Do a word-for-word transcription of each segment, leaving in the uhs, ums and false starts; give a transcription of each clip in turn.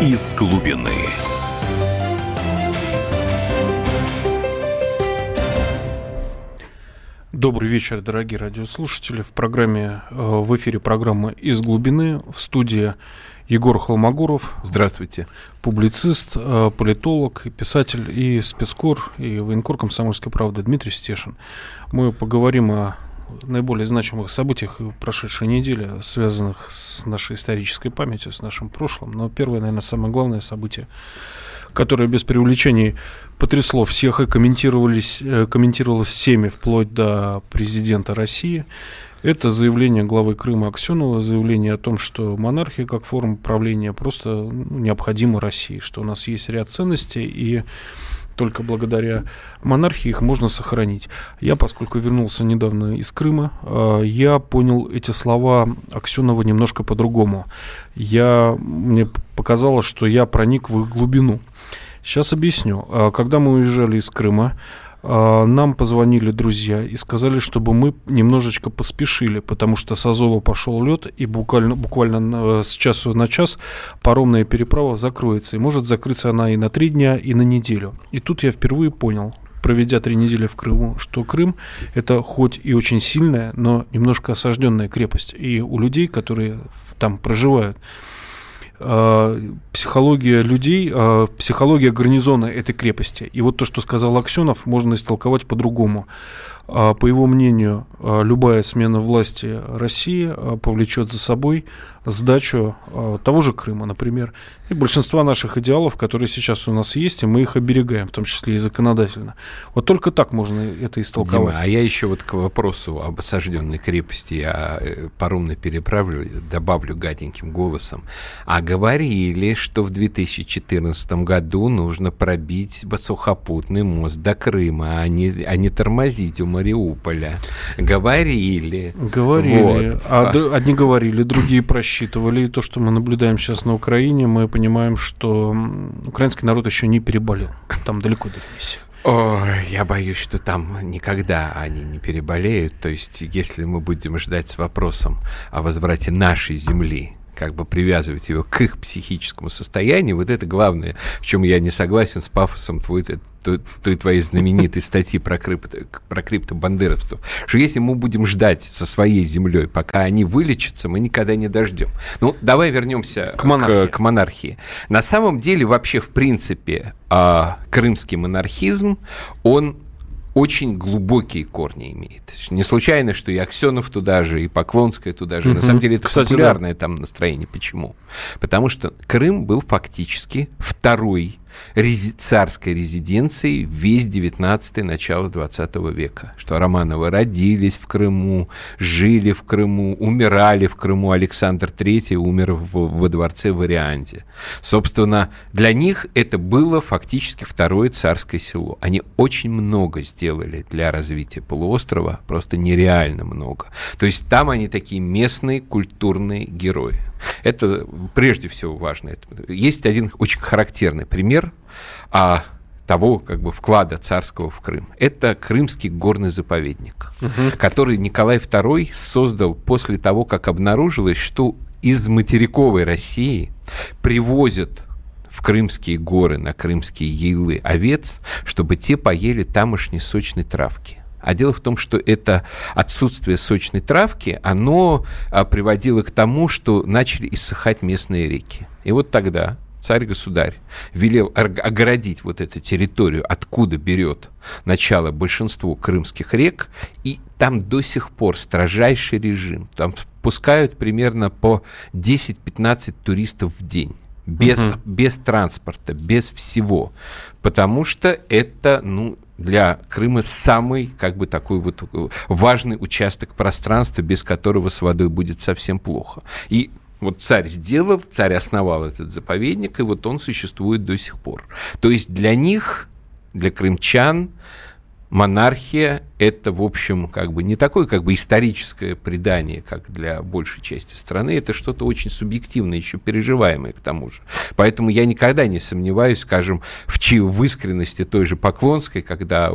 из глубины. Добрый вечер, дорогие радиослушатели. В программе, в эфире программа «Из глубины», в студии Егор Холмогоров. Здравствуйте. Публицист, политолог, писатель и спецкор, и военкор «Комсомольской правды» Дмитрий Стешин. Мы поговорим о наиболее значимых событиях прошедшей недели, связанных с нашей исторической памятью, с нашим прошлым. Но первое, наверное, самое главное событие, которое без преувеличений потрясло всех и комментировались, комментировалось всеми, вплоть до президента России, это заявление главы Крыма Аксенова, заявление о том, что монархия как форма правления просто необходима России, что у нас есть ряд ценностей, и только благодаря монархии их можно сохранить. Я, поскольку вернулся недавно из Крыма, я понял эти слова Аксенова немножко по-другому. Я, мне показалось, что я проник в их глубину. Сейчас объясню. Когда мы уезжали из Крыма, нам позвонили друзья и сказали, чтобы мы немножечко поспешили, потому что с Азова пошел лед, и буквально, буквально с часу на час паромная переправа закроется. И может закрыться она и на три дня, и на неделю. И тут я впервые понял, проведя три недели в Крыму, что Крым – это хоть и очень сильная, но немножко осажденная крепость. И у людей, которые там проживают, психология людей, психология гарнизона этой крепости. И вот то, что сказал Аксенов, можно истолковать по-другому. По его мнению, любая смена власти России повлечет за собой сдачу того же Крыма, например, и большинства наших идеалов, которые сейчас у нас есть, и мы их оберегаем, в том числе и законодательно. Вот только так можно это истолковать. Дима, а я еще вот к вопросу об осажденной крепости, о паромной переправе добавлю гаденьким голосом. А говорили, что в две тысячи четырнадцатом году нужно пробить сухопутный мост до Крыма, а не, а не тормозить у Мариуполя. Говорили. Говорили. Вот. А одни говорили, другие просчитывали. И то, что мы наблюдаем сейчас на Украине, мы понимаем, что украинский народ еще не переболел. Там далеко до ремиссии. Ой, я боюсь, что там никогда они не переболеют. То есть, если мы будем ждать с вопросом о возврате нашей земли, как бы привязывать его к их психическому состоянию, вот это главное, в чем я не согласен с пафосом твой, той, той твоей знаменитой статьи про, крипто, про криптобандеровцев, что если мы будем ждать со своей землей, пока они вылечатся, мы никогда не дождем. Ну, давай вернемся к монархии. К, к монархии. На самом деле, вообще, в принципе, а, крымский монархизм, он очень глубокие корни имеет. Не случайно, что и Аксенов туда же, и Поклонская туда же. Mm-hmm. На самом деле, это Кстати, популярное да. там настроение. Почему? Потому что Крым был фактически второй рези- царской резиденцией весь девятнадцатый, начало двадцатого века. Что Романовы родились в Крыму, жили в Крыму, умирали в Крыму. Александр Третий умер в, во дворце в Арианде. Собственно, для них это было фактически второе царское село. Они очень много сделали для развития полуострова, просто нереально много. То есть там они такие местные культурные герои. Это прежде всего важно. Есть один очень характерный пример а, того как бы вклада царского в Крым. Это Крымский горный заповедник, угу. который Николай Второй создал после того, как обнаружилось, что из материковой России привозят в Крымские горы, на Крымские яйлы овец, чтобы те поели тамошней сочной травки. А дело в том, что это отсутствие сочной травки, оно а, приводило к тому, что начали иссыхать местные реки. И вот тогда царь-государь велел огородить вот эту территорию, откуда берет начало большинство крымских рек, и там до сих пор строжайший режим. Там пускают примерно по десять-пятнадцать туристов в день. Без, угу. без транспорта, без всего. Потому что это, ну, для Крыма самый, как бы, такой вот важный участок пространства, без которого с водой будет совсем плохо. И вот царь сделал, царь основал этот заповедник, и вот он существует до сих пор. То есть для них, для крымчан, монархия – это, в общем, как бы не такое как бы историческое предание, как для большей части страны. Это что-то очень субъективное, еще переживаемое к тому же. Поэтому я никогда не сомневаюсь, скажем, в, чи- в искренности той же Поклонской, когда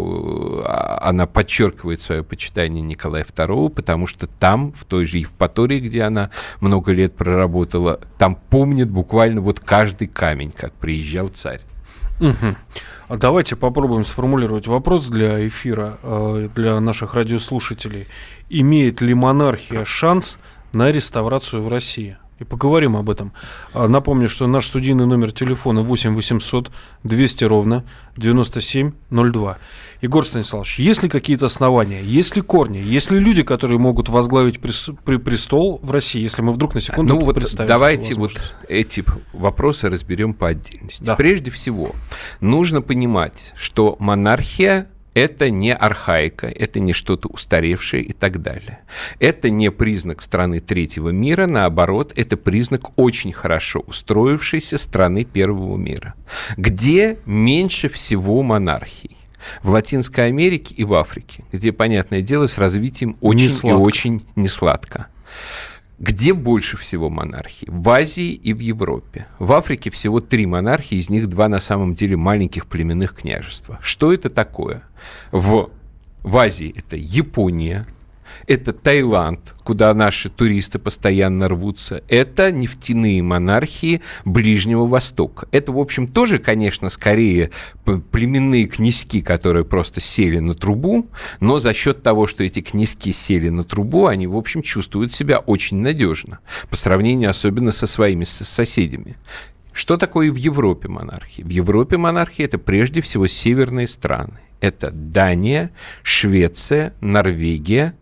она подчеркивает свое почитание Николая второго, потому что там, в той же Евпатории, где она много лет проработала, там помнят буквально вот каждый камень, как приезжал царь. Угу. А давайте попробуем сформулировать вопрос для эфира, для наших радиослушателей. Имеет ли монархия шанс на реставрацию в России? И поговорим об этом. Напомню, что наш студийный номер телефона восемь восемьсот двести ровно девяносто семь ноль два. Егор Станиславович, есть ли какие-то основания, есть ли корни, есть ли люди, которые могут возглавить престол в России, если мы вдруг на секунду ну, вот представим? Давайте вот эти вопросы разберем по отдельности. Да. Прежде всего, нужно понимать, что монархия – это не архаика, это не что-то устаревшее и так далее. Это не признак страны третьего мира, наоборот, это признак очень хорошо устроившейся страны первого мира, где меньше всего монархий. В Латинской Америке и в Африке, где, понятное дело, с развитием очень и очень несладко. Где больше всего монархий? В Азии и в Европе. В Африке всего три монархии, из них два на самом деле маленьких племенных княжества. Что это такое? В, в Азии это Япония, это Таиланд, куда наши туристы постоянно рвутся, это нефтяные монархии Ближнего Востока. Это, в общем, тоже, конечно, скорее племенные князьки, которые просто сели на трубу, но за счет того, что эти князьки сели на трубу, они, в общем, чувствуют себя очень надежно, по сравнению особенно со своими соседями. Что такое в Европе монархии? В Европе монархии – это прежде всего северные страны. Это Дания, Швеция, Норвегия.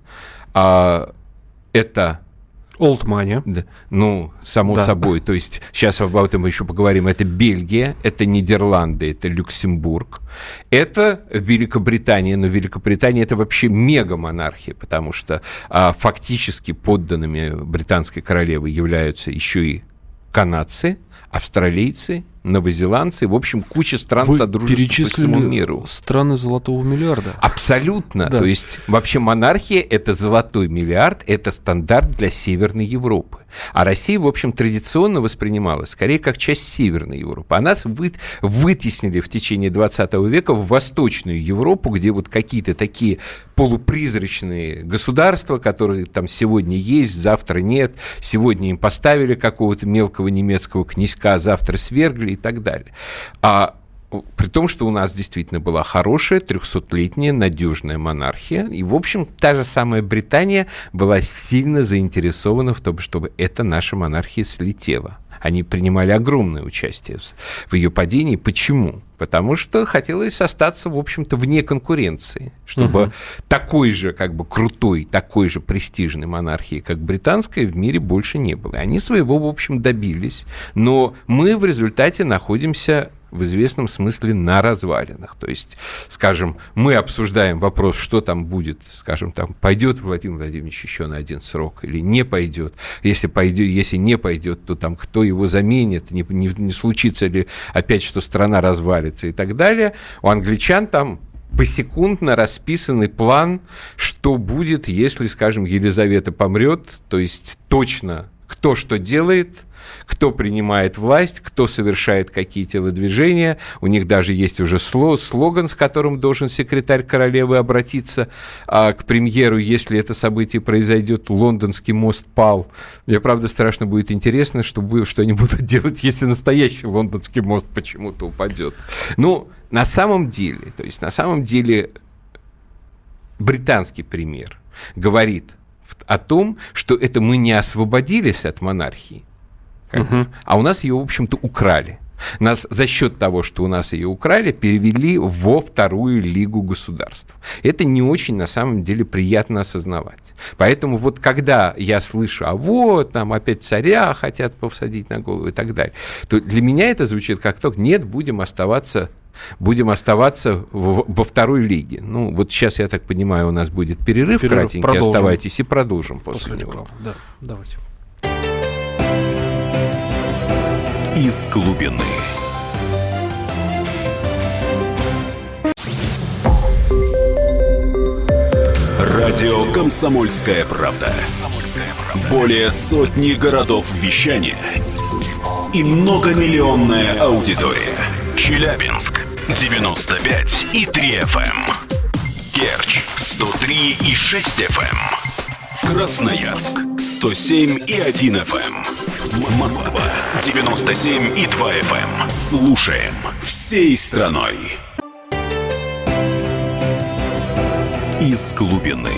А, это... Олдмания. Да, ну, само да. собой. То есть, сейчас об этом мы еще поговорим. Это Бельгия, это Нидерланды, это Люксембург. Это Великобритания. Но Великобритания – это вообще мегамонархия, потому что а, фактически подданными британской королевы являются еще и канадцы, австралийцы, новозеландцы, в общем, куча стран содружества по всему миру. Страны золотого миллиарда. Абсолютно. Да. То есть, вообще монархия – это золотой миллиард, это стандарт для Северной Европы. А Россия, в общем, традиционно воспринималась скорее как часть Северной Европы. А нас вы, вытеснили в течение двадцатого века в Восточную Европу, где вот какие-то такие полупризрачные государства, которые там сегодня есть, завтра нет, сегодня им поставили какого-то мелкого немецкого князька, завтра свергли и так далее. А при том, что у нас действительно была хорошая трехсотлетняя надежная монархия, и, в общем, та же самая Британия была сильно заинтересована в том, чтобы эта наша монархия слетела. Они принимали огромное участие в ее падении. Почему? Потому что хотелось остаться, в общем-то, вне конкуренции, чтобы uh-huh. такой же, как бы, крутой, такой же престижной монархии, как британская, в мире больше не было. И они своего, в общем, добились. Но мы в результате находимся в известном смысле на развалинах. То есть, скажем, мы обсуждаем вопрос, что там будет, скажем, там, пойдет Владимир Владимирович еще на один срок или не пойдет. Если пойдет, если не пойдет, то там кто его заменит, не, не, не случится ли опять, что страна развалится и так далее. У англичан там посекундно расписанный план, что будет, если, скажем, Елизавета помрет, то есть точно кто что делает, кто принимает власть, кто совершает какие телодвижения. У них даже есть уже слоган, с которым должен секретарь королевы обратиться а, к премьеру, если это событие произойдет. Лондонский мост пал. Мне, правда, страшно будет интересно, что, что они будут делать, если настоящий лондонский мост почему-то упадет. Ну, на самом деле, то есть на самом деле британский пример говорит о том, что это мы не освободились от монархии, Uh-huh. а у нас ее, в общем-то, украли. Нас за счет того, что у нас ее украли, перевели во вторую лигу государств. Это не очень, на самом деле, приятно осознавать. Поэтому вот когда я слышу, а вот, там опять царя хотят посадить на голову и так далее, то для меня это звучит как то, нет, будем оставаться... Будем оставаться в, во второй лиге. Ну, вот сейчас, я так понимаю, у нас будет перерыв, перерыв кратенький. Продолжим. Оставайтесь и продолжим после, после него. Да, давайте. Из глубины. Радио «Комсомольская правда». Более сотни городов вещания и многомиллионная аудитория. Челябинск девяносто пять и три эф эм. Керчь сто три и шесть эф эм. Красноярск сто семь и один эф эм. Москва девяносто семь и два эф эм. Слушаем всей страной. Из глубины.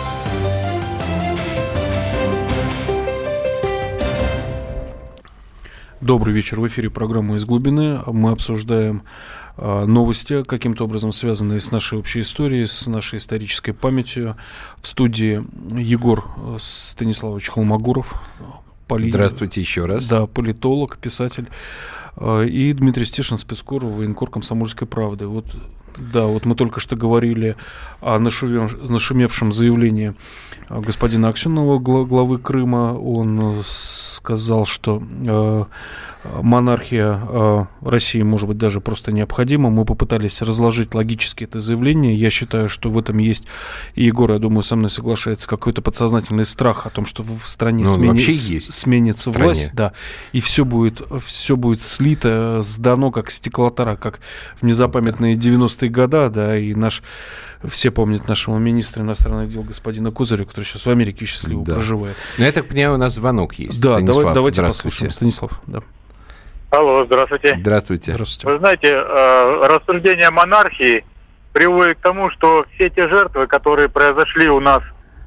Добрый вечер. В эфире программа «Из глубины». Мы обсуждаем э, новости, каким-то образом связанные с нашей общей историей, с нашей исторической памятью. В студии Егор Станиславович Холмогоров. Поли... Здравствуйте еще раз. Да, политолог, писатель. Э, и Дмитрий Стешин, спецкор, военкор «Комсомольской правды». Вот, да, вот мы только что говорили о нашумев... нашумевшем заявлении господина Аксенова, главы Крыма. Он сказал, что э, монархия э, России, может быть, даже просто необходима. Мы попытались разложить логически это заявление. Я считаю, что в этом есть, и Егор, я думаю, со мной соглашается, какой-то подсознательный страх о том, что в стране ну, смени... с... сменится в власть, да, и все будет, все будет слито, сдано, как стеклотара, как в незапамятные девяностые годы, да, и наш... Все помнят нашего министра иностранных дел господина Козыря, который сейчас в Америке счастливо да. проживает. Ну, я так понимаю, у нас звонок есть. Да, Станислав, давай, давайте послушаем. Станислав, да. Алло, здравствуйте. Здравствуйте. Здравствуйте. Вы знаете, рассуждение монархии приводит к тому, что все те жертвы, которые произошли у нас,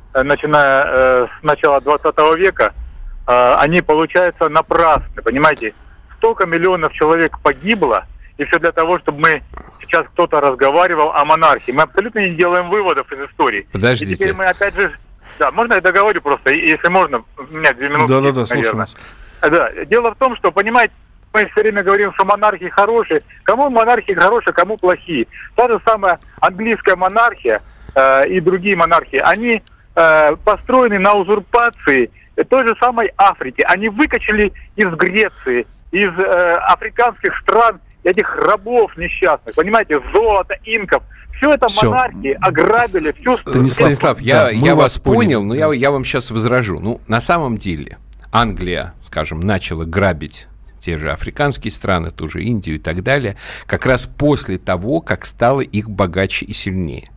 начиная с начала двадцатого века, они, получаются, напрасны, понимаете? Столько миллионов человек погибло, и все для того, чтобы мы сейчас кто-то разговаривал о монархии. Мы абсолютно не делаем выводов из истории. Подождите. И теперь мы опять же... Да, можно я договорю просто, если можно, у меня две минуты. Да-да-да, слушаю вас. Да, дело в том, что, понимаете, мы все время говорим, что монархии хорошие. Кому монархии хорошие, кому плохие. Та же самая английская монархия э, и другие монархии, они э, построены на узурпации той же самой Африки. Они выкачали из Греции, из э, африканских стран этих рабов несчастных, понимаете, золото инков. Все это Все. монархии ограбили. Всю... Станислав, Станислав я, да, я вас понял, поняли. но я, я вам сейчас возражу. Ну, на самом деле, Англия, скажем, начала грабить те же африканские страны, ту же Индию и так далее, как раз после того, как стала их богаче и сильнее.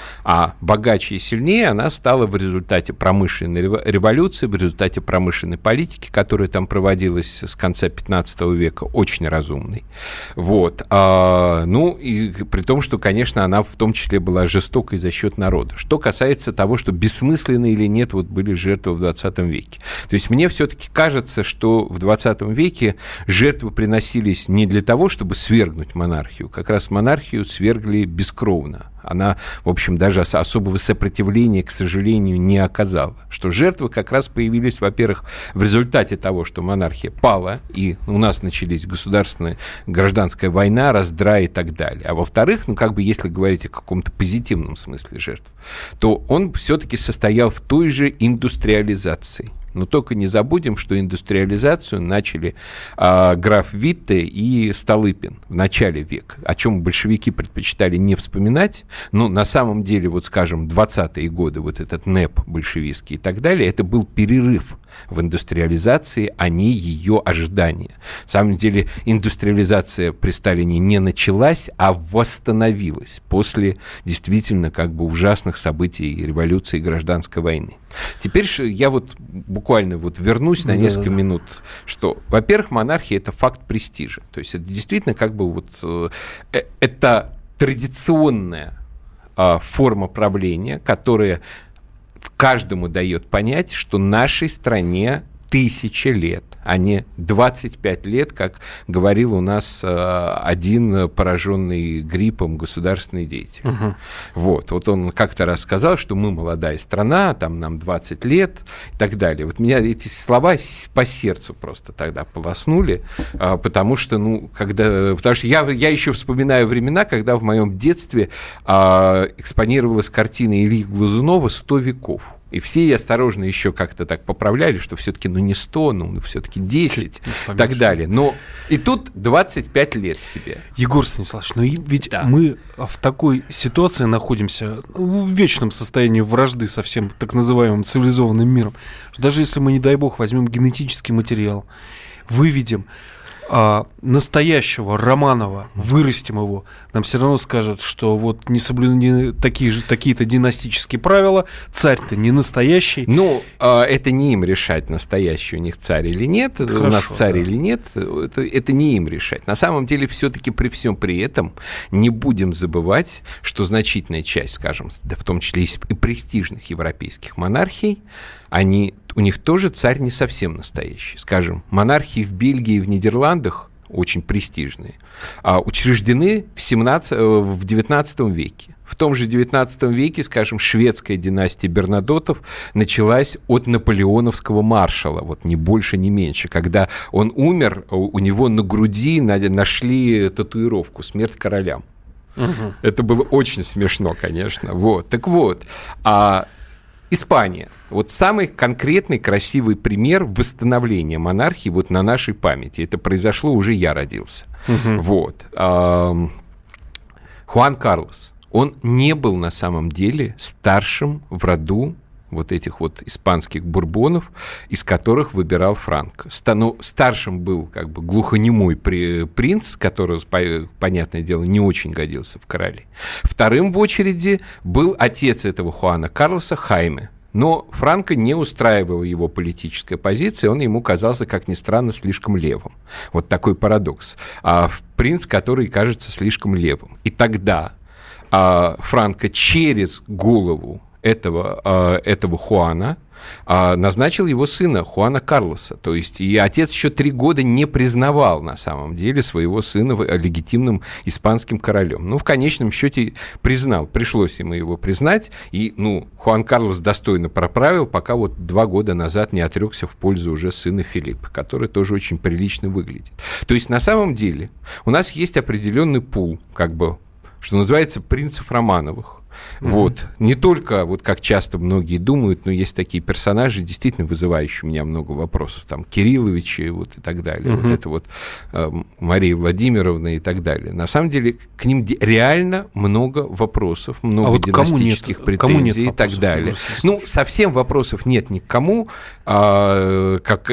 А богаче и сильнее она стала в результате промышленной революции, в результате промышленной политики, которая там проводилась с конца пятнадцатого века, очень разумной. Вот. А, ну, и при том, что, конечно, она в том числе была жестокой за счет народа. Что касается того, что бессмысленно или нет вот были жертвы в двадцатом веке. То есть мне все-таки кажется, что в двадцатом веке жертвы приносились не для того, чтобы свергнуть монархию. Как раз монархию свергли бескровно. Она, в общем, даже особого сопротивления, к сожалению, не оказала. Что жертвы как раз появились, во-первых, в результате того, что монархия пала, и у нас начались государственная гражданская война, раздрай и так далее. А во-вторых, ну, как бы, если говорить о каком-то позитивном смысле жертв, то он все-таки состоял в той же индустриализации. Но только не забудем, что индустриализацию начали а, граф Витте и Столыпин в начале века, о чем большевики предпочитали не вспоминать, но на самом деле, вот скажем, двадцатые годы, вот этот НЭП большевистский и так далее, это был перерыв в индустриализации, а не ее ожидание. На самом деле индустриализация при Сталине не началась, а восстановилась после действительно как бы ужасных событий революции и гражданской войны. Теперь я вот буквально вот вернусь на несколько Да-да-да. минут, что, во-первых, монархия – это факт престижа. То есть это действительно как бы вот э, это традиционная э, форма правления, которая каждому дает понять, что нашей стране тысяча лет, а не двадцать пять лет, как говорил у нас э, один пораженный гриппом государственный деятель. Угу. Вот, вот он как-то раз сказал, что мы молодая страна, там нам двадцать лет и так далее. Вот меня эти слова по сердцу просто тогда полоснули, э, потому что, ну, когда, потому что я, я еще вспоминаю времена, когда в моем детстве э, экспонировалась картина Ильи Глазунова «Сто веков». И все осторожно еще как-то так поправляли, что все-таки, ну, не сто, ну, все-таки десять и так далее. Но и тут двадцать пять лет тебе. Егор Станиславович, но ведь да. мы в такой ситуации находимся, в вечном состоянии вражды со всем так называемым цивилизованным миром, что даже если мы, не дай бог, возьмем генетический материал, выведем а, настоящего Романова, вырастим его, нам все равно скажут, что вот не соблюдены такие же, такие-то династические правила, царь-то не настоящий. Ну, а, это не им решать, настоящий у них царь или нет, Хорошо, у нас царь да. или нет, это, это не им решать. На самом деле, все-таки при всем при этом не будем забывать, что значительная часть, скажем, да, в том числе и престижных европейских монархий, они, у них тоже царь не совсем настоящий. Скажем, монархии в Бельгии и в Нидерландах очень престижные, а учреждены в, семнадцатом, в девятнадцатом веке. В том же девятнадцатом веке, скажем, шведская династия Бернадотов началась от наполеоновского маршала, вот ни больше, ни меньше. Когда он умер, у него на груди нашли татуировку «Смерть королям». Угу. Это было очень смешно, конечно. Вот. Так вот, а Испания. Вот самый конкретный, красивый пример восстановления монархии вот на нашей памяти. Это произошло, уже я родился. Угу. Вот. Хуан Карлос. Он не был на самом деле старшим в роду вот этих вот испанских бурбонов, из которых выбирал Франко. Ну, старшим был как бы глухонемой принц, который, понятное дело, не очень годился в короле. Вторым в очереди был отец этого Хуана Карлоса, Хайме. Но Франко не устраивала его политическая позиция, он ему казался, как ни странно, слишком левым. Вот такой парадокс. А принц, который кажется слишком левым. И тогда а, Франко через голову этого, этого Хуана назначил его сына, Хуана Карлоса. То есть и отец еще три года не признавал на самом деле своего сына легитимным испанским королем. Ну, в конечном счете признал, пришлось ему его признать, и, ну, Хуан Карлос достойно проправил, пока вот два года назад не отрекся в пользу уже сына Филиппа, который тоже очень прилично выглядит. То есть на самом деле у нас есть определенный пул, как бы, что называется, принцев Романовых. Mm-hmm. Вот. Не только, вот как часто многие думают, но есть такие персонажи, действительно вызывающие у меня много вопросов. Там Кирилловичи вот, и так далее. Mm-hmm. Вот это вот э, Мария Владимировна и так далее. На самом деле к ним де- реально много вопросов, много а вот династических нет, претензий и так далее. Ну, совсем вопросов нет никому. А, как...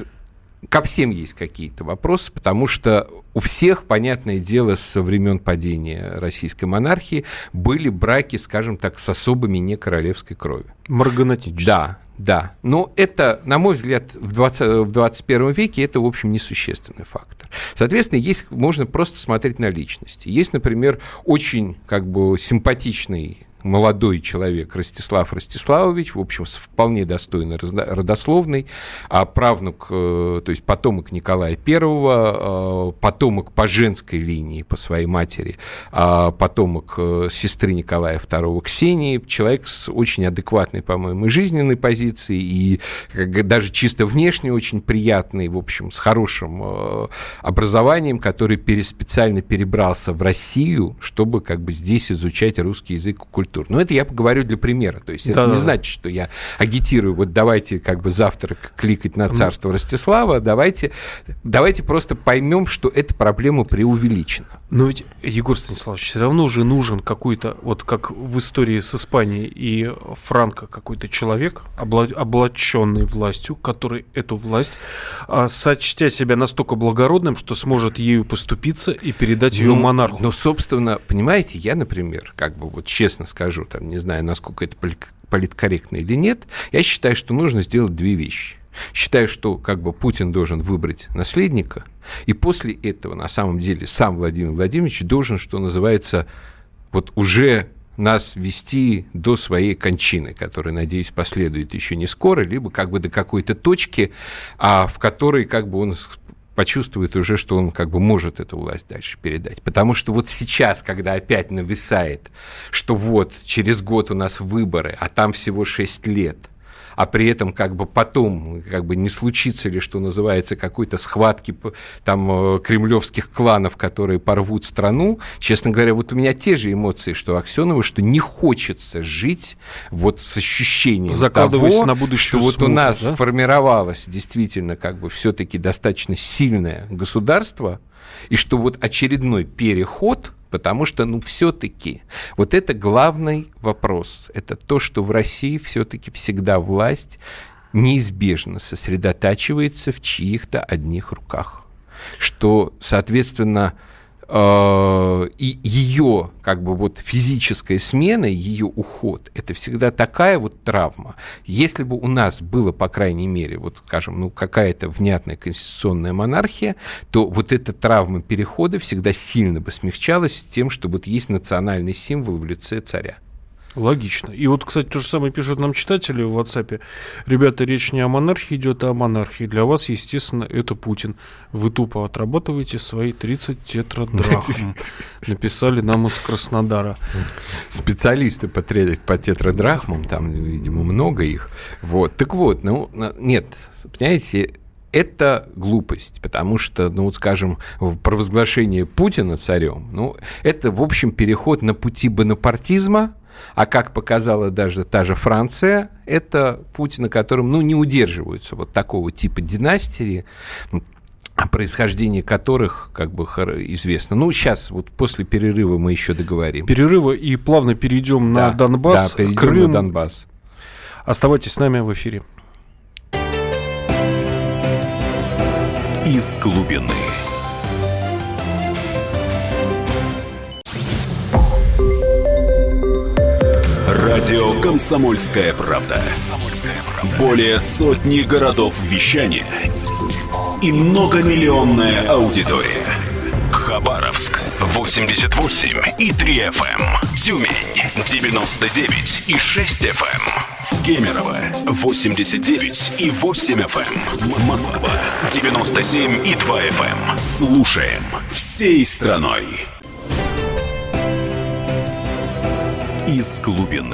Ко всем есть какие-то вопросы, потому что у всех, понятное дело, со времен падения российской монархии были браки, скажем так, с особыми не королевской крови. Марганатические. Да, да. Но это, на мой взгляд, в, двадцатом, в двадцать первом веке это, в общем, несущественный фактор. Соответственно, есть, можно просто смотреть на личности. Есть, например, очень как бы симпатичный молодой человек Ростислав Ростиславович, в общем, вполне достойно родословный, а правнук, то есть потомок Николая Первого, потомок по женской линии, по своей матери, потомок сестры Николая Второго Ксении, человек с очень адекватной, по-моему, жизненной позицией и даже чисто внешне очень приятный, в общем, с хорошим образованием, который специально перебрался в Россию, чтобы как бы здесь изучать русский язык и культуру. Но это я поговорю для примера. То есть это Да-да-да. не значит, что я агитирую, вот давайте как бы завтра кликать на царство Ростислава, давайте, давайте просто поймем, что эта проблема преувеличена. Но ведь, Егор Станиславович, все равно уже нужен какой-то, вот как в истории с Испанией и Франко, какой-то человек, облаченный властью, который эту власть, сочтя себя настолько благородным, что сможет ею поступиться и передать ее ну, монарху. Ну, собственно, понимаете, я, например, как бы вот честно скажу, там, не знаю, насколько это политкорректно или нет, я считаю, что нужно сделать две вещи. Считаю, что как бы Путин должен выбрать наследника, и после этого, на самом деле, сам Владимир Владимирович должен, что называется, вот уже нас вести до своей кончины, которая, надеюсь, последует еще не скоро, либо как бы до какой-то точки, а в которой как бы он почувствует уже, что он как бы может эту власть дальше передать. Потому что вот сейчас, когда опять нависает, что вот через год у нас выборы, а там всего шесть лет, а при этом как бы потом как бы не случится ли, что называется, какой-то схватки там кремлевских кланов, которые порвут страну. Честно говоря, вот у меня те же эмоции, что Аксенова, что не хочется жить вот с ощущением того, на будущее, что вот смуту, у нас да? сформировалось действительно как бы все-таки достаточно сильное государство, и что вот очередной переход, потому что, ну, все-таки вот это главный вопрос. Это то, что в России все-таки всегда власть неизбежно сосредотачивается в чьих-то одних руках. Что, соответственно, и ее как бы вот физическая смена, ее уход, это всегда такая вот травма. Если бы у нас было, по крайней мере, вот, скажем, ну, какая-то внятная конституционная монархия, то вот эта травма перехода всегда сильно бы смягчалась тем, что вот есть национальный символ в лице царя. Логично. И вот, кстати, то же самое пишут нам читатели в WhatsApp. Ребята, речь не о монархии идет, а о монархии. Для вас, естественно, это Путин. Вы тупо отрабатываете свои тридцать тетрадрахм. Написали нам из Краснодара. Специалисты по, по тетрадрахмам, там, видимо, много их. Вот. Так вот, ну, нет, понимаете, это глупость, потому что, ну, вот, скажем, провозглашение Путина царем, ну, это, в общем, переход на пути бонапартизма. А как показала даже та же Франция, это путь, на котором, ну, не удерживаются вот такого типа династии, происхождение которых как бы известно. Ну, сейчас, вот после перерыва мы еще договорим. Перерыва, и плавно перейдем да, на Донбасс, да, перейдем Крым. на Донбасс. Оставайтесь с нами в эфире. Из глубины. Радио «Комсомольская правда». Более сотни городов вещания и многомиллионная аудитория. Хабаровск восемьдесят восемь и три эф эм, Тюмень девяносто девять и шесть эф эм, Кемерово восемьдесят девять и восемь эф эм, Москва девяносто семь и два эф эм. Слушаем всей страной. Из глубины.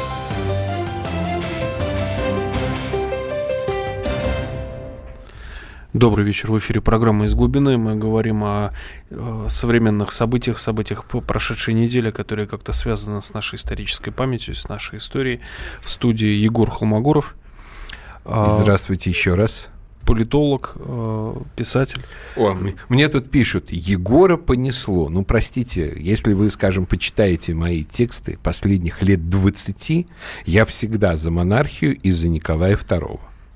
Добрый вечер. В эфире программа «Из глубины». Мы говорим о, о современных событиях, событиях по прошедшей неделе, которые как-то связаны с нашей исторической памятью, с нашей историей. В студии Егор Холмогоров. Здравствуйте еще раз. Политолог, писатель. О, мне тут пишут, Егора понесло. Ну, простите, если вы, скажем, почитаете мои тексты последних лет двадцати, я всегда за монархию и за Николая второго.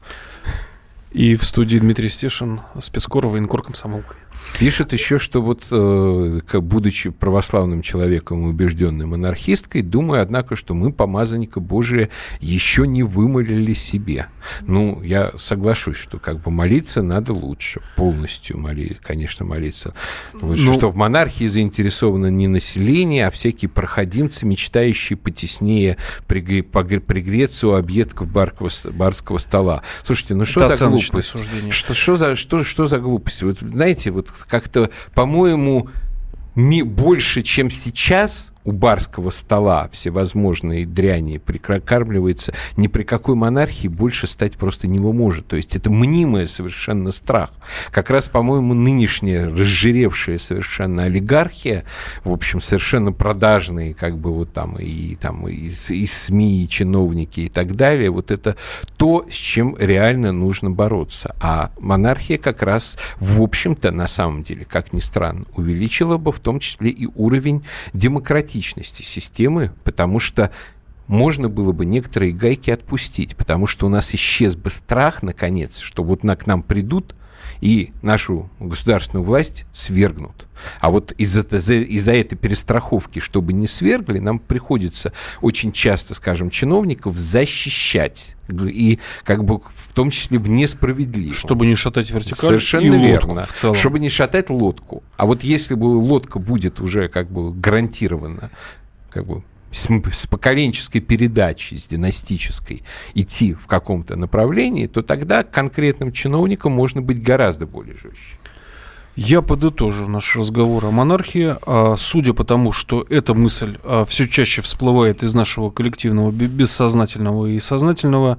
И в студии Дмитрий Стешин, спецкор, военкор, комсомолка. Пишет еще, что вот, э, будучи православным человеком и убежденной монархисткой, думаю, однако, что мы, помазанника Божия, еще не вымолили себе. Ну, я соглашусь, что как бы молиться надо лучше, полностью, моли, конечно, молиться лучше, ну, что в монархии заинтересовано не население, а всякие проходимцы, мечтающие потеснее пригре, пригреться у объедков барского, барского стола. Слушайте, ну что за глупость? Что, что, за, что, что за глупость? Вот, знаете, вот как-то, по-моему, ми- больше, чем сейчас у барского стола всевозможные дряни прикармливается, ни при какой монархии больше стать просто не может. То есть это мнимый совершенно страх. Как раз, по-моему, нынешняя разжиревшая совершенно олигархия, в общем, совершенно продажные, как бы вот там и, там, и, и СМИ, и чиновники и так далее, вот это то, с чем реально нужно бороться. А монархия как раз, в общем-то, на самом деле, как ни странно, увеличила бы в том числе и уровень демократии системы, потому что можно было бы некоторые гайки отпустить, потому что у нас исчез бы страх, наконец, что вот на, к нам придут и нашу государственную власть свергнут. А вот из-за, из-за этой перестраховки, чтобы не свергли, нам приходится очень часто, скажем, чиновников защищать. И как бы в том числе в несправедливом. Чтобы не шатать вертикаль. Совершенно и верно. Лодку в целом. Чтобы не шатать лодку. А вот если бы лодка будет уже как бы гарантированно как бы с, с поколенческой передачей, с династической идти в каком-то направлении, то тогда конкретным чиновникам можно быть гораздо более жестче. Я подытожу наш разговор о монархии. Судя по тому, что эта мысль все чаще всплывает из нашего коллективного бессознательного и сознательного,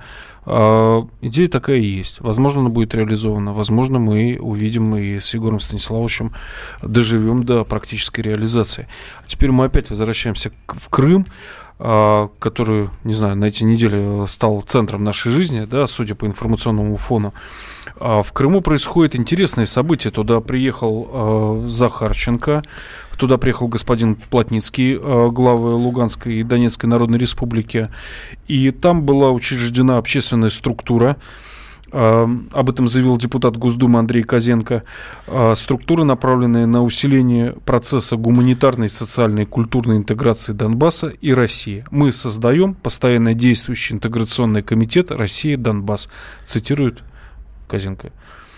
Идея такая есть. Возможно, она будет реализована. Возможно, мы увидим и с Егором Станиславовичем доживем до практической реализации. А теперь мы опять возвращаемся в Крым, который, не знаю, на эти недели стал центром нашей жизни, да, судя по информационному фону. В Крыму происходят интересные события. Туда приехал Захарченко, туда приехал господин Плотницкий, главы Луганской и Донецкой Народной Республики, и там была учреждена общественная структура. Об этом заявил депутат Госдумы Андрей Козенко. Структура, направленная на усиление процесса гуманитарной, социальной и культурной интеграции Донбасса и России. Мы создаем постоянно действующий интеграционный комитет «Россия-Донбасс», цитирует Козенко.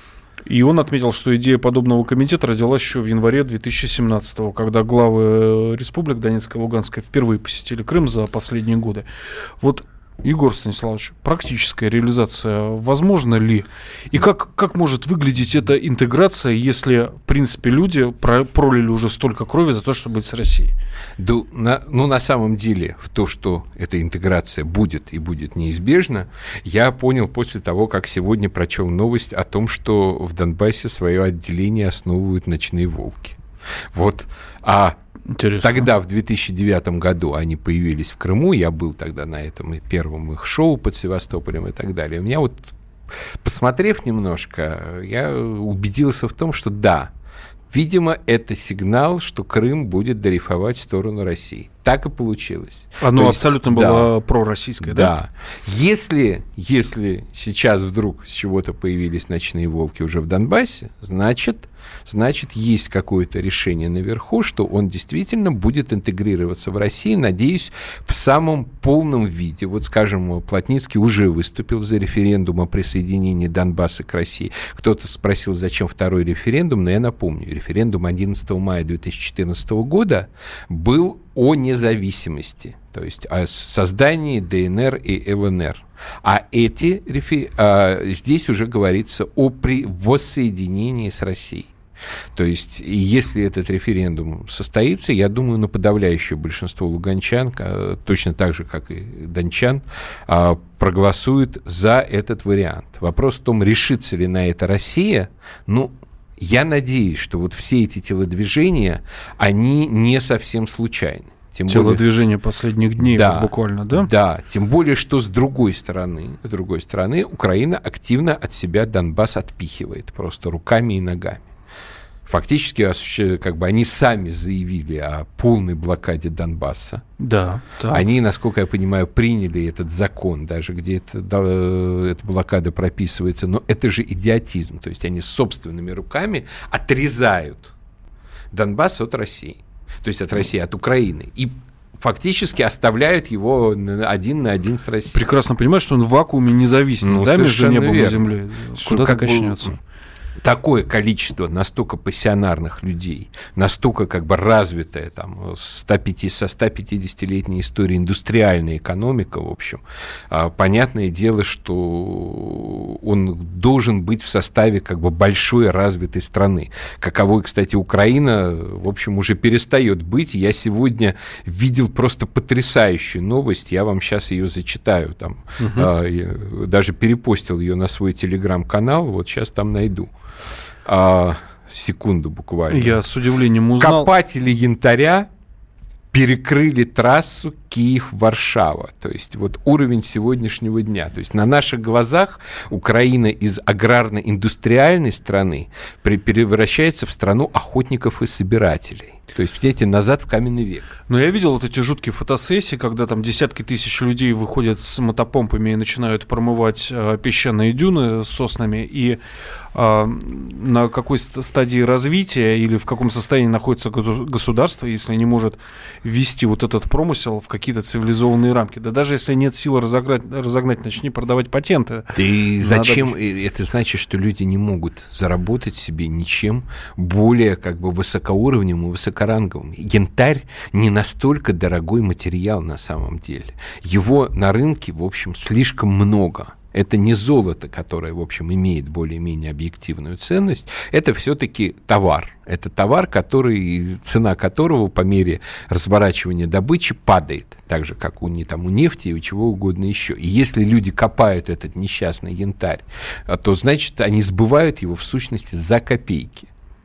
И он отметил, что идея подобного комитета родилась еще в январе две тысячи семнадцатого, когда главы республик Донецкой и Луганской впервые посетили Крым за последние годы. Вот, Егор Станиславович, практическая реализация возможна ли? И как, как может выглядеть эта интеграция, если, в принципе, люди про, пролили уже столько крови за то, чтобы быть с Россией? Да, на, ну, на самом деле, в то, что эта интеграция будет и будет неизбежна, я понял после того, как сегодня прочел новость о том, что в Донбассе свое отделение основывают «Ночные волки». Вот, а... Интересно. Тогда, в две тысячи девятом году, они появились в Крыму, я был тогда на этом и первом их шоу под Севастополем и так далее. У меня вот, посмотрев немножко, я убедился в том, что да, видимо, это сигнал, что Крым будет дрейфовать в сторону России. Так и получилось. Оно есть, абсолютно да, было пророссийское, да? Да. Если, если сейчас вдруг с чего-то появились «Ночные волки» уже в Донбассе, значит, значит, есть какое-то решение наверху, что он действительно будет интегрироваться в Россию, надеюсь, в самом полном виде. Вот, скажем, Плотницкий уже выступил за референдум о присоединении Донбасса к России. Кто-то спросил, зачем второй референдум, но я напомню, референдум одиннадцатого мая две тысячи четырнадцатого года был о независимости, то есть о создании ДНР и ЛНР. А эти рефи... а, здесь уже говорится о при... воссоединении с Россией. То есть, если этот референдум состоится, я думаю, на подавляющее большинство луганчан, точно так же, как и дончан, проголосуют за этот вариант. Вопрос в том, решится ли на это Россия. Ну, я надеюсь, что вот все эти телодвижения, они не совсем случайны. Тем Телодвижение более, последних дней, да, буквально, да? Да, тем более, что с другой стороны, с другой стороны, Украина активно от себя Донбасс отпихивает просто руками и ногами. Фактически, как бы они сами заявили о полной блокаде Донбасса. Да, да. Они, насколько я понимаю, приняли этот закон, даже где это, да, эта блокада прописывается. Но это же идиотизм. То есть они собственными руками отрезают Донбасс от России. То есть от России, от Украины. И фактически оставляют его один на один с Россией. Прекрасно понимаю, что он в вакууме не зависит, ну, да, между небом верно. И землей. Куда-то качнется. Такое количество настолько пассионарных людей, настолько как бы развитая там, сто пятьдесят, со сто пятидесятилетней историей индустриальная экономика, в общем, понятное дело, что он должен быть в составе как бы большой развитой страны. Каковой, кстати, Украина, в общем, уже перестает быть. Я сегодня видел просто потрясающую новость, я вам сейчас ее зачитаю, там, угу. а, даже перепостил ее на свой телеграм-канал, вот сейчас там найду. А, секунду буквально. Я с удивлением узнал. Копатели янтаря перекрыли трассу Киев-Варшава. То есть вот уровень сегодняшнего дня. То есть на наших глазах Украина из аграрно-индустриальной страны превращается в страну охотников и собирателей. То есть, видите, назад в каменный век. Но я видел вот эти жуткие фотосессии, когда там десятки тысяч людей выходят с мотопомпами и начинают промывать э, песчаные дюны с соснами. И э, на какой стадии развития или в каком состоянии находится государство, если не может ввести вот этот промысел в какие-то цивилизованные рамки. Да даже если нет силы разогнать, разогнать начни продавать патенты. Да и зачем? Надо... Это значит, что люди не могут заработать себе ничем более как бы высокоуровневым и высокоранговым. Янтарь не настолько дорогой материал на самом деле. Его на рынке, в общем, слишком много. Это не золото, которое, в общем, имеет более-менее объективную ценность. Это все-таки товар. Это товар, который, цена которого по мере разворачивания добычи падает. Так же, как у, не, там, у нефти и у чего угодно еще. И если люди копают этот несчастный янтарь, то, значит, они сбывают его, в сущности, за копейки.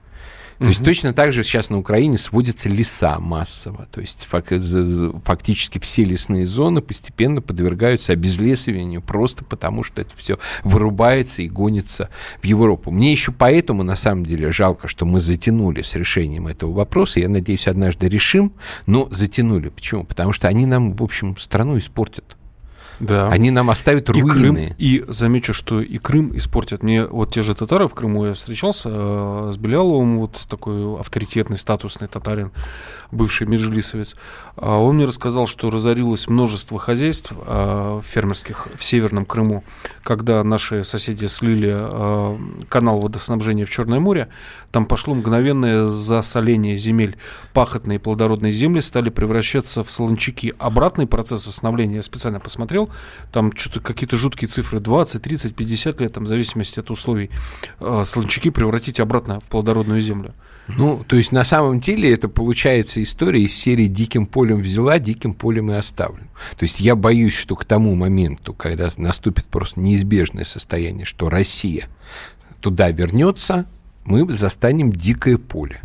То есть точно так же сейчас на Украине сводятся леса массово. То есть фактически все лесные зоны постепенно подвергаются обезлесыванию просто потому, что это все вырубается и гонится в Европу. Мне еще поэтому, на самом деле, жалко, что мы затянули с решением этого вопроса. Я надеюсь, однажды решим, но затянули. Почему? Потому что они нам, в общем, страну испортят. Да. Они нам оставят руины. И, Крым, и замечу, что и Крым испортят. Мне вот те же татары в Крыму, я встречался э, с Беляловым, вот такой авторитетный, статусный татарин, бывший меджлисовец. А он мне рассказал, что разорилось множество хозяйств э, фермерских в Северном Крыму, когда наши соседи слили э, канал водоснабжения в Черное море. Там пошло мгновенное засоление земель. Пахотные плодородные земли стали превращаться в солончаки. Обратный процесс восстановления, я специально посмотрел, там что-то какие-то жуткие цифры, двадцать, тридцать, пятьдесят лет, там, в зависимости от условий, э, солончаки превратить обратно в плодородную землю. Ну, то есть, на самом деле, это получается история из серии «Диким полем взяла, диким полем и оставлю». То есть, я боюсь, что к тому моменту, когда наступит просто неизбежное состояние, что Россия туда вернется, мы застанем дикое поле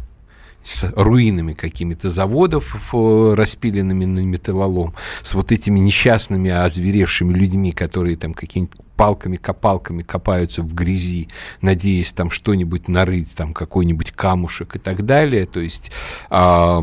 с руинами какими-то заводов, распиленными на металлолом, с вот этими несчастными, озверевшими людьми, которые там какими-то палками-копалками копаются в грязи, надеясь там что-нибудь нарыть, там какой-нибудь камушек и так далее, то есть э,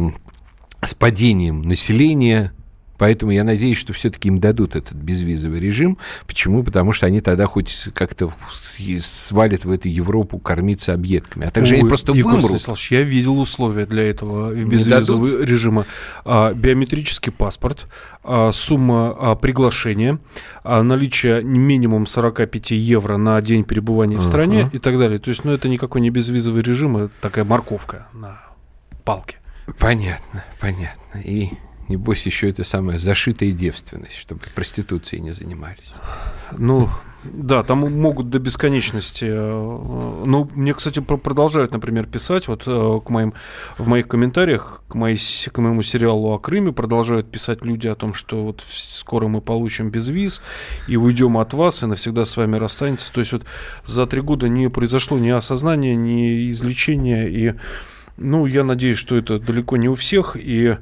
с падением населения. Поэтому я надеюсь, что все-таки им дадут этот безвизовый режим. Почему? Потому что они тогда хоть как-то свалят в эту Европу кормиться объедками. А также Ой, они просто Егор вымрут. Станиславович, я видел условия для этого безвизового режима. А, биометрический паспорт, а, сумма а, приглашения, а, наличие минимум сорок пять евро на день перебывания uh-huh. в стране и так далее. То есть, ну, это никакой не безвизовый режим, это такая морковка на палке. Понятно, понятно. И... Небось, еще это самая зашитая девственность, чтобы проституцией не занимались. Ну, да, там могут до бесконечности. Ну, мне, кстати, продолжают, например, писать, вот к моим, в моих комментариях к, моей, к моему сериалу о Крыме продолжают писать люди о том, что вот скоро мы получим безвиз и уйдем от вас, и навсегда с вами расстанемся. То есть вот за три года не произошло ни осознания, ни излечения, и, ну, я надеюсь, что это далеко не у всех, и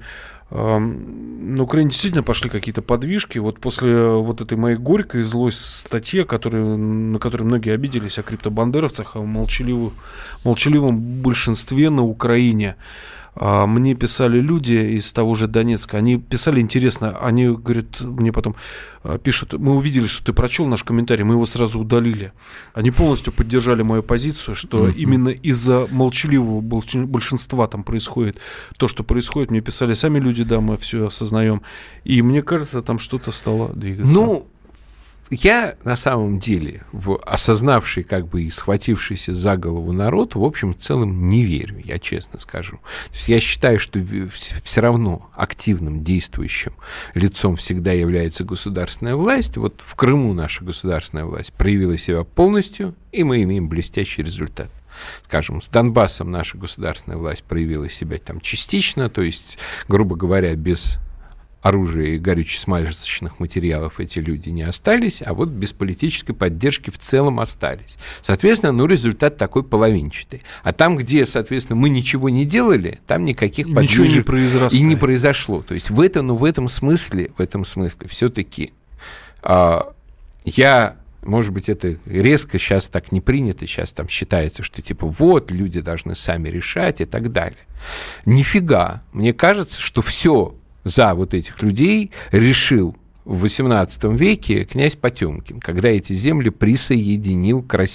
на Украине действительно пошли какие-то подвижки. Вот после вот этой моей горькой злой статьи, которые, на которой многие обиделись, о криптобандеровцах, о молчаливом, молчаливом большинстве на Украине, мне писали люди из того же Донецка. Они писали интересно. Они, говорят, мне потом пишут: мы увидели, что ты прочел наш комментарий, мы его сразу удалили. Они полностью поддержали мою позицию, что uh-huh. именно из-за молчаливого большинства там происходит то, что происходит. Мне писали сами люди, да, мы все осознаем. И мне кажется, там что-то стало двигаться. Ну, я на самом деле в осознавший, как бы, и схватившийся за голову народ, в общем, в целом не верю, я честно скажу. То есть я считаю, что все равно активным, действующим лицом всегда является государственная власть. Вот в Крыму наша государственная власть проявила себя полностью, и мы имеем блестящий результат. Скажем, с Донбассом наша государственная власть проявила себя там частично, то есть, грубо говоря, без оружия и горюче-смазочных материалов эти люди не остались, а вот без политической поддержки в целом остались. Соответственно, ну, результат такой половинчатый. А там, где, соответственно, мы ничего не делали, там никаких подвижек и не произошло. То есть в этом, ну, в этом смысле, в этом смысле все-таки э, я... Может быть, это резко сейчас так не принято, сейчас там считается, что типа вот, люди должны сами решать и так далее. Нифига. Мне кажется, что все за вот этих людей решил в восемнадцатом веке князь Потемкин, когда эти земли присоединил к России.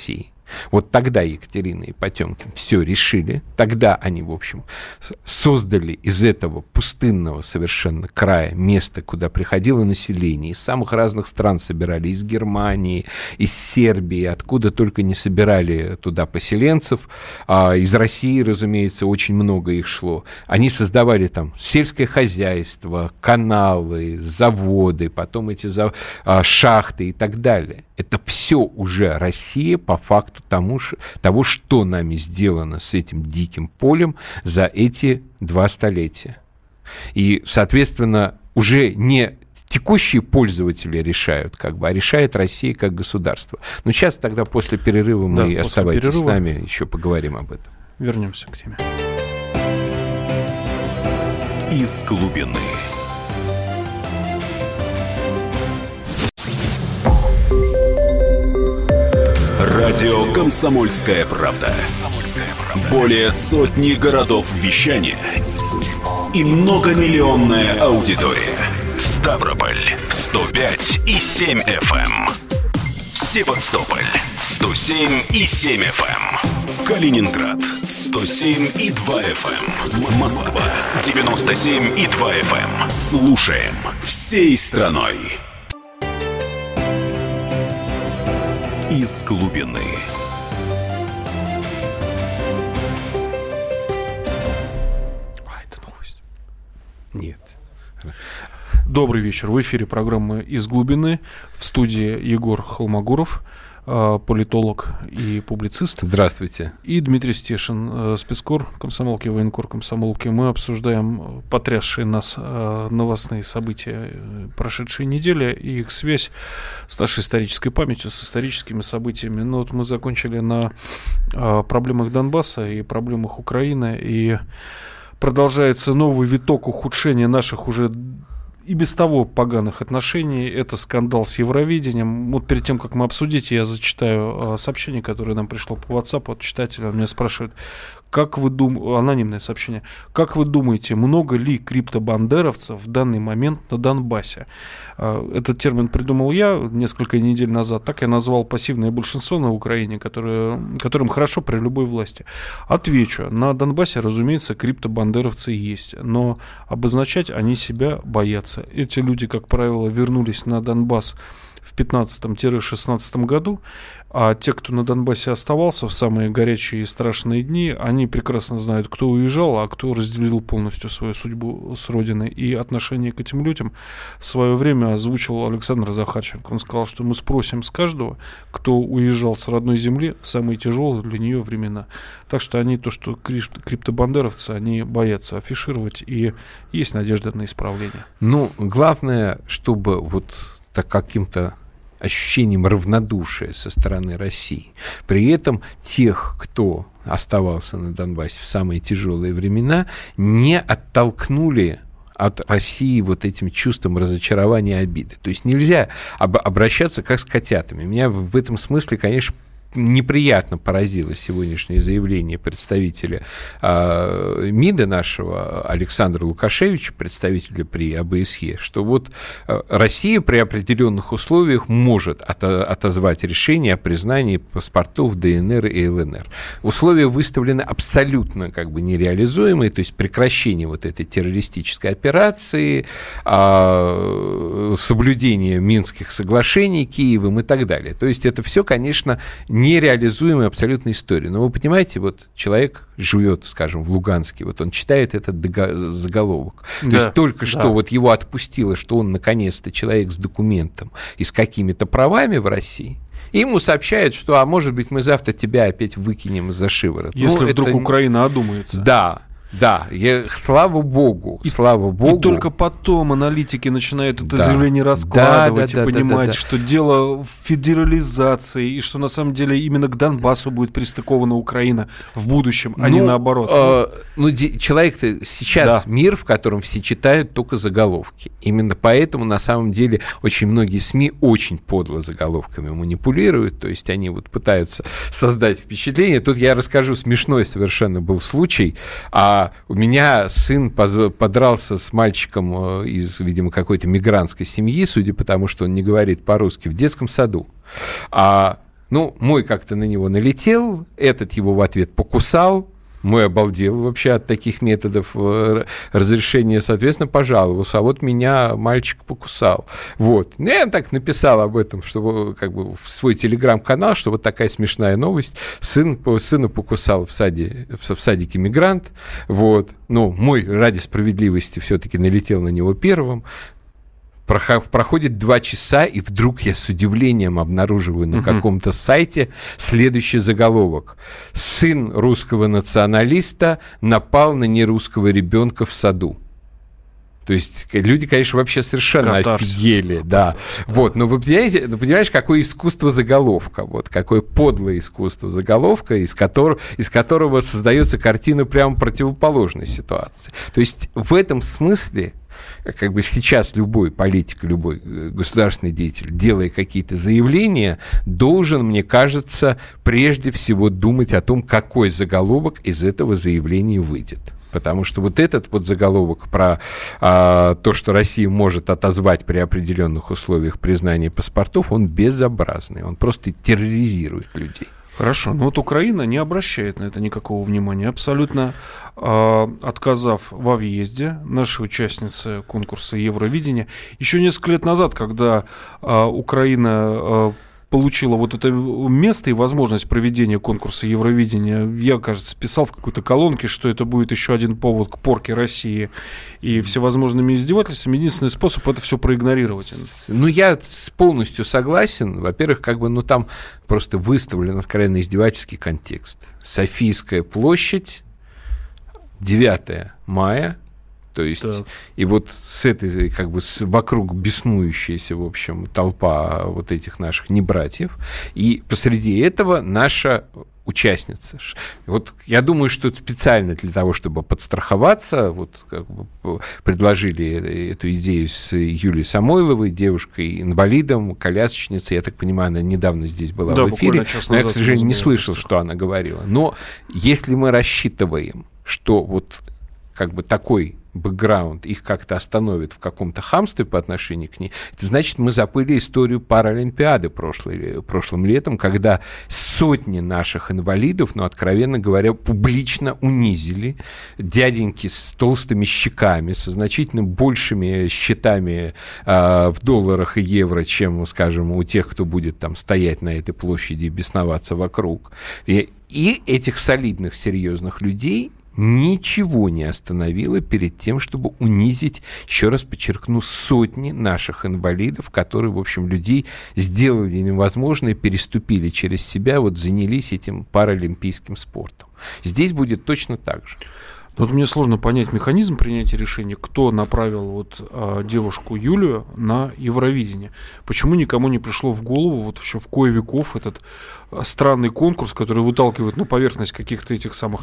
Вот тогда Екатерина и Потемкин все решили. Тогда они, в общем, создали из этого пустынного совершенно края место, куда приходило население. Из самых разных стран собирали. Из Германии, из Сербии, откуда только не собирали туда поселенцев. А из России, разумеется, очень много их шло. Они создавали там сельское хозяйство, каналы, заводы, потом эти за... шахты и так далее. Это все уже Россия по факту тому, того, что нами сделано с этим диким полем за эти два столетия. И, соответственно, уже не текущие пользователи решают, как бы, а решает Россия как государство. Но сейчас тогда после перерыва мы да, оставайтесь перерыва. С нами, еще поговорим об этом. Вернемся к теме. Из глубины. Радио «Комсомольская правда». Более сотни городов вещания и многомиллионная аудитория. Ставрополь сто пять и семь эф эм. Севастополь сто семь и семь эф эм. Калининград сто семь и два эф эм. Москва девяносто семь и два эф эм. Слушаем всей страной. Из глубины. А, это новость. Нет. Добрый вечер. В эфире программы «Из глубины». В студии Егор Холмогоров, политолог и публицист. Здравствуйте. И Дмитрий Стешин, спецкор комсомолки, военкор комсомолки. Мы обсуждаем потрясшие нас новостные события прошедшей недели и их связь с нашей исторической памятью, с историческими событиями. Ну вот мы закончили на проблемах Донбасса и проблемах Украины, и продолжается новый виток ухудшения наших уже и без того поганых отношений. Это скандал с Евровидением. Вот перед тем, как мы обсудить, я зачитаю сообщение, которое нам пришло по WhatsApp от читателя. Он меня спрашивает, как вы думаете, анонимное сообщение, как вы думаете, много ли криптобандеровцев в данный момент на Донбассе? Этот термин придумал я несколько недель назад. Так я назвал пассивное большинство на Украине, которое, которым хорошо при любой власти. Отвечу, на Донбассе, разумеется, криптобандеровцы есть, но обозначать они себя боятся. Эти люди, как правило, вернулись на Донбасс в пятнадцатом-шестнадцатом году, а те, кто на Донбассе оставался в самые горячие и страшные дни, они прекрасно знают, кто уезжал, а кто разделил полностью свою судьбу с родиной. И отношение к этим людям в свое время озвучил Александр Захарченко. Он сказал, что мы спросим с каждого, кто уезжал с родной земли в самые тяжелые для нее времена. Так что они, то, что криптобандеровцы, они боятся афишировать, и есть надежда на исправление. Ну, главное, чтобы вот так каким-то ощущением равнодушия со стороны России. При этом тех, кто оставался на Донбассе в самые тяжелые времена, не оттолкнули от России вот этим чувством разочарования и обиды. То есть нельзя об- обращаться как с котятами. Меня в этом смысле, конечно, неприятно поразило сегодняшнее заявление представителя э, МИДа нашего Александра Лукашевича, представителя при ОБСЕ, что вот э, Россия при определенных условиях может ото- отозвать решение о признании паспортов ДНР и ЛНР. Условия выставлены абсолютно как бы нереализуемые, то есть прекращение вот этой террористической операции, э, соблюдение Минских соглашений Киевом и так далее. То есть это все, конечно, нереализуемая абсолютная история. Но вы понимаете, вот человек живет, скажем, в Луганске, вот он читает этот заголовок. Да, то есть только да. что вот его отпустило, что он наконец-то человек с документом и с какими-то правами в России. И ему сообщают, что, а может быть, мы завтра тебя опять выкинем за шиворот. Если ну, вдруг это... Украина одумается. Да. Да, я, слава богу, и, слава богу. И только потом аналитики начинают это да. заявление раскладывать да, да, и да, понимать, да, да, да. что дело в федерализации, и что на самом деле именно к Донбассу будет пристыкована Украина в будущем, а ну, не наоборот. Э, ну, де- человек-то сейчас да. мир, в котором все читают только заголовки. Именно поэтому, на самом деле, очень многие СМИ очень подло заголовками манипулируют, то есть они вот пытаются создать впечатление. Тут я расскажу, смешной совершенно был случай, а у меня сын подрался с мальчиком из, видимо, какой-то мигрантской семьи, судя по тому, что он не говорит по-русски, в детском саду. А Ну, мой как-то на него налетел, этот его в ответ покусал, мой обалдел вообще от таких методов разрешения, соответственно, пожаловался. А вот меня мальчик покусал. Вот. Я так написал об этом, что как бы в свой телеграм-канал, что вот такая смешная новость. Сын, сына покусал в, саде, в садике мигрант. Вот. Ну, мой ради справедливости все-таки налетел на него первым. Проходит два часа, и вдруг я с удивлением обнаруживаю на uh-huh. каком-то сайте следующий заголовок. Сын русского националиста напал на нерусского ребенка в саду. То есть люди, конечно, вообще совершенно Катарсис. Офигели. Да. Вот. Но вы понимаете, вы понимаете, какое искусство заголовка, вот, какое подлое искусство заголовка, из которого, из которого создается картина прямо противоположной ситуации. То есть в этом смысле как бы сейчас любой политик, любой государственный деятель, делая какие-то заявления, должен, мне кажется, прежде всего думать о том, какой заголовок из этого заявления выйдет. Потому что вот этот вот заголовок про а, то, что Россия может отозвать при определенных условиях признания паспортов, он безобразный, он просто терроризирует людей. Хорошо, но вот Украина не обращает на это никакого внимания, абсолютно э, отказав во въезде нашей участницы конкурса Евровидения. Еще несколько лет назад, когда э, Украина э, получила вот это место и возможность проведения конкурса Евровидения, я, кажется, писал в какой-то колонке, что это будет еще один повод к порке России и всевозможными издевательствами. Единственный способ — это все проигнорировать. Ну, я полностью согласен. Во-первых, как бы, ну, там просто выставлен откровенно издевательский контекст. Софийская площадь, девятое мая, то есть, так. И вот с этой, как бы, с, вокруг беснующаяся, в общем, толпа вот этих наших небратьев, и посреди этого наша участница. Вот я думаю, что специально для того, чтобы подстраховаться, вот как бы предложили эту идею с Юлией Самойловой, девушкой-инвалидом, колясочницей. Я так понимаю, она недавно здесь была да, в эфире, но я, к сожалению, не слышал, что она говорила. Но если мы рассчитываем, что вот как бы такой бэкграунд их как-то остановит в каком-то хамстве по отношению к ней, это значит, мы забыли историю Паралимпиады прошлой, прошлым летом, когда сотни наших инвалидов, ну, откровенно говоря, публично унизили дяденьки с толстыми щеками, со значительно большими счетами э, в долларах и евро, чем, скажем, у тех, кто будет там стоять на этой площади и бесноваться вокруг. И, и этих солидных, серьезных людей ничего не остановило перед тем, чтобы унизить, еще раз подчеркну, сотни наших инвалидов, которые, в общем, людей сделали невозможное, переступили через себя, вот занялись этим паралимпийским спортом. Здесь будет точно так же. Вот мне сложно понять механизм принятия решения, кто направил вот а, девушку Юлию на Евровидение. Почему никому не пришло в голову вот вообще в кое веков этот а, странный конкурс, который выталкивает на поверхность каких-то этих самых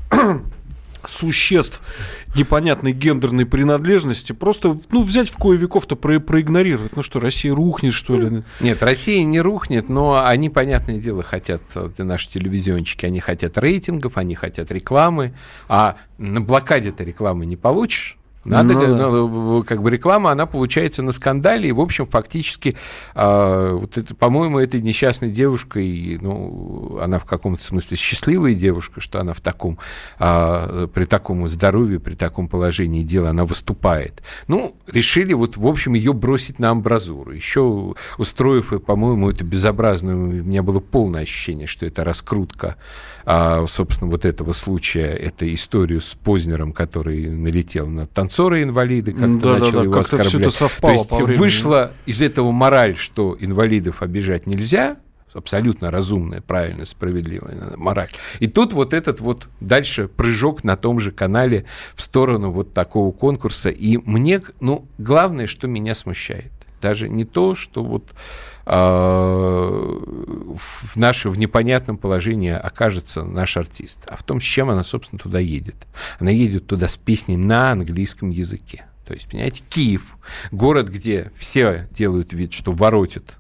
существ непонятной гендерной принадлежности, просто, ну, взять в кое веков-то про- проигнорировать. Ну что, Россия рухнет, что ли? Нет, Россия не рухнет, но они, понятное дело, хотят, наши телевизионщики, они хотят рейтингов, они хотят рекламы, а на блокаде-то рекламы не получишь. Надо, ну, да. ну, как бы реклама, она получается на скандале, и, в общем, фактически, э, вот это, по-моему, этой несчастной девушкой, ну, она в каком-то смысле счастливая девушка, что она в таком, э, при таком здоровье, при таком положении дела она выступает. Ну, решили вот, в общем, ее бросить на амбразуру. Еще устроив, по-моему, это безобразно, у меня было полное ощущение, что это раскрутка, э, собственно, вот этого случая, это историю с Познером, который налетел на танцовку, инвалиды, как-то да, начал да, да, его как-то оскорблять. То есть по вышла из этого мораль, что инвалидов обижать нельзя, абсолютно разумная, правильная, справедливая мораль. И тут вот этот вот дальше прыжок на том же канале в сторону вот такого конкурса. И мне, ну, главное, что меня смущает, даже не то, что вот в, наше, в непонятном положении окажется наш артист, а в том, с чем она, собственно, туда едет. Она едет туда с песней на английском языке. То есть, понимаете, Киев, город, где все делают вид, что воротят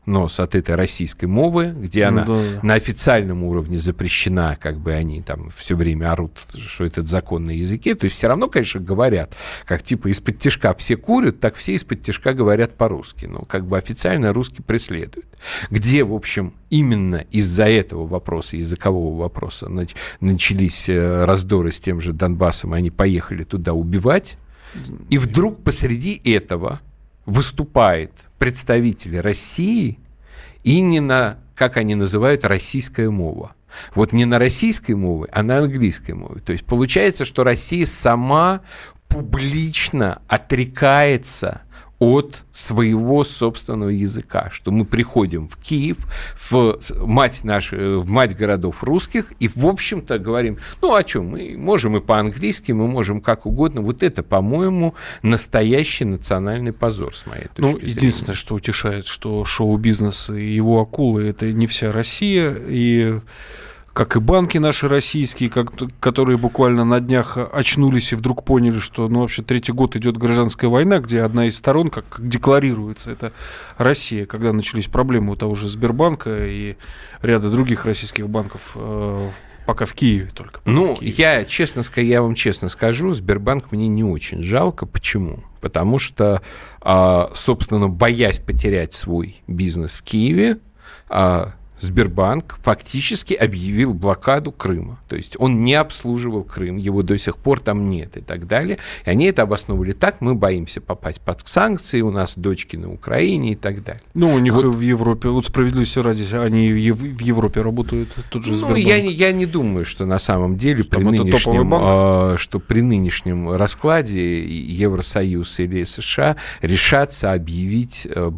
нос от этой российской мовы, где она да. на официальном уровне запрещена, как бы они там все время орут, что это закон на языке, то есть все равно, конечно, говорят, как типа из-под тишка все курят, так все из-под тишка говорят по-русски, но как бы официально русский преследуют. Где, в общем, именно из-за этого вопроса, языкового вопроса, начались раздоры с тем же Донбассом, и они поехали туда убивать, и вдруг посреди этого выступает представители России и не на, как они называют, российская мова. Вот не на российской мове, а на английской мове. То есть получается, что Россия сама публично отрекается от своего собственного языка, что мы приходим в Киев, в мать, наш, в мать городов русских, и, в общем-то, говорим, ну, о чем? Мы можем и по-английски, мы можем как угодно. Вот это, по-моему, настоящий национальный позор, с моей точки ну, зрения. Единственное, что утешает, что шоу-бизнес и его акулы – это не вся Россия, и... как и банки наши российские, как, которые буквально на днях очнулись и вдруг поняли, что ну, вообще третий год идет гражданская война, где одна из сторон, как, как декларируется, это Россия, когда начались проблемы у того же Сбербанка и ряда других российских банков, э, пока в Киеве только. Ну, Киеве. я, честно, я вам честно скажу, Сбербанк мне не очень жалко. Почему? Потому что, э, собственно, боясь потерять свой бизнес в Киеве, э, Сбербанк фактически объявил блокаду Крыма. То есть он не обслуживал Крым, его до сих пор там нет и так далее. И они это обосновывали так: мы боимся попасть под санкции, у нас дочки на Украине и так далее. Ну, у них вот. в Европе, вот справедливости ради, они в Европе работают, тут же Сбербанк. Ну, я, я не думаю, что на самом деле что при нынешнем, э, что при нынешнем раскладе Евросоюз или США решатся объявить э,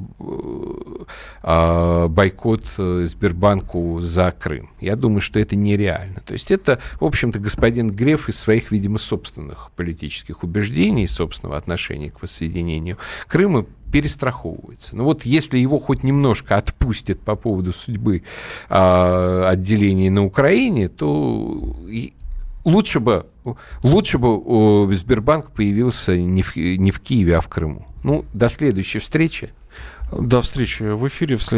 э, бойкот Сбербанка банку за Крым. Я думаю, что это нереально. То есть это, в общем-то, господин Греф из своих, видимо, собственных политических убеждений, собственного отношения к воссоединению Крыма перестраховывается. Но вот если его хоть немножко отпустят по поводу судьбы э, отделений на Украине, то и лучше бы, лучше бы Сбербанк появился не в, не в Киеве, а в Крыму. Ну, до следующей встречи. До встречи в эфире.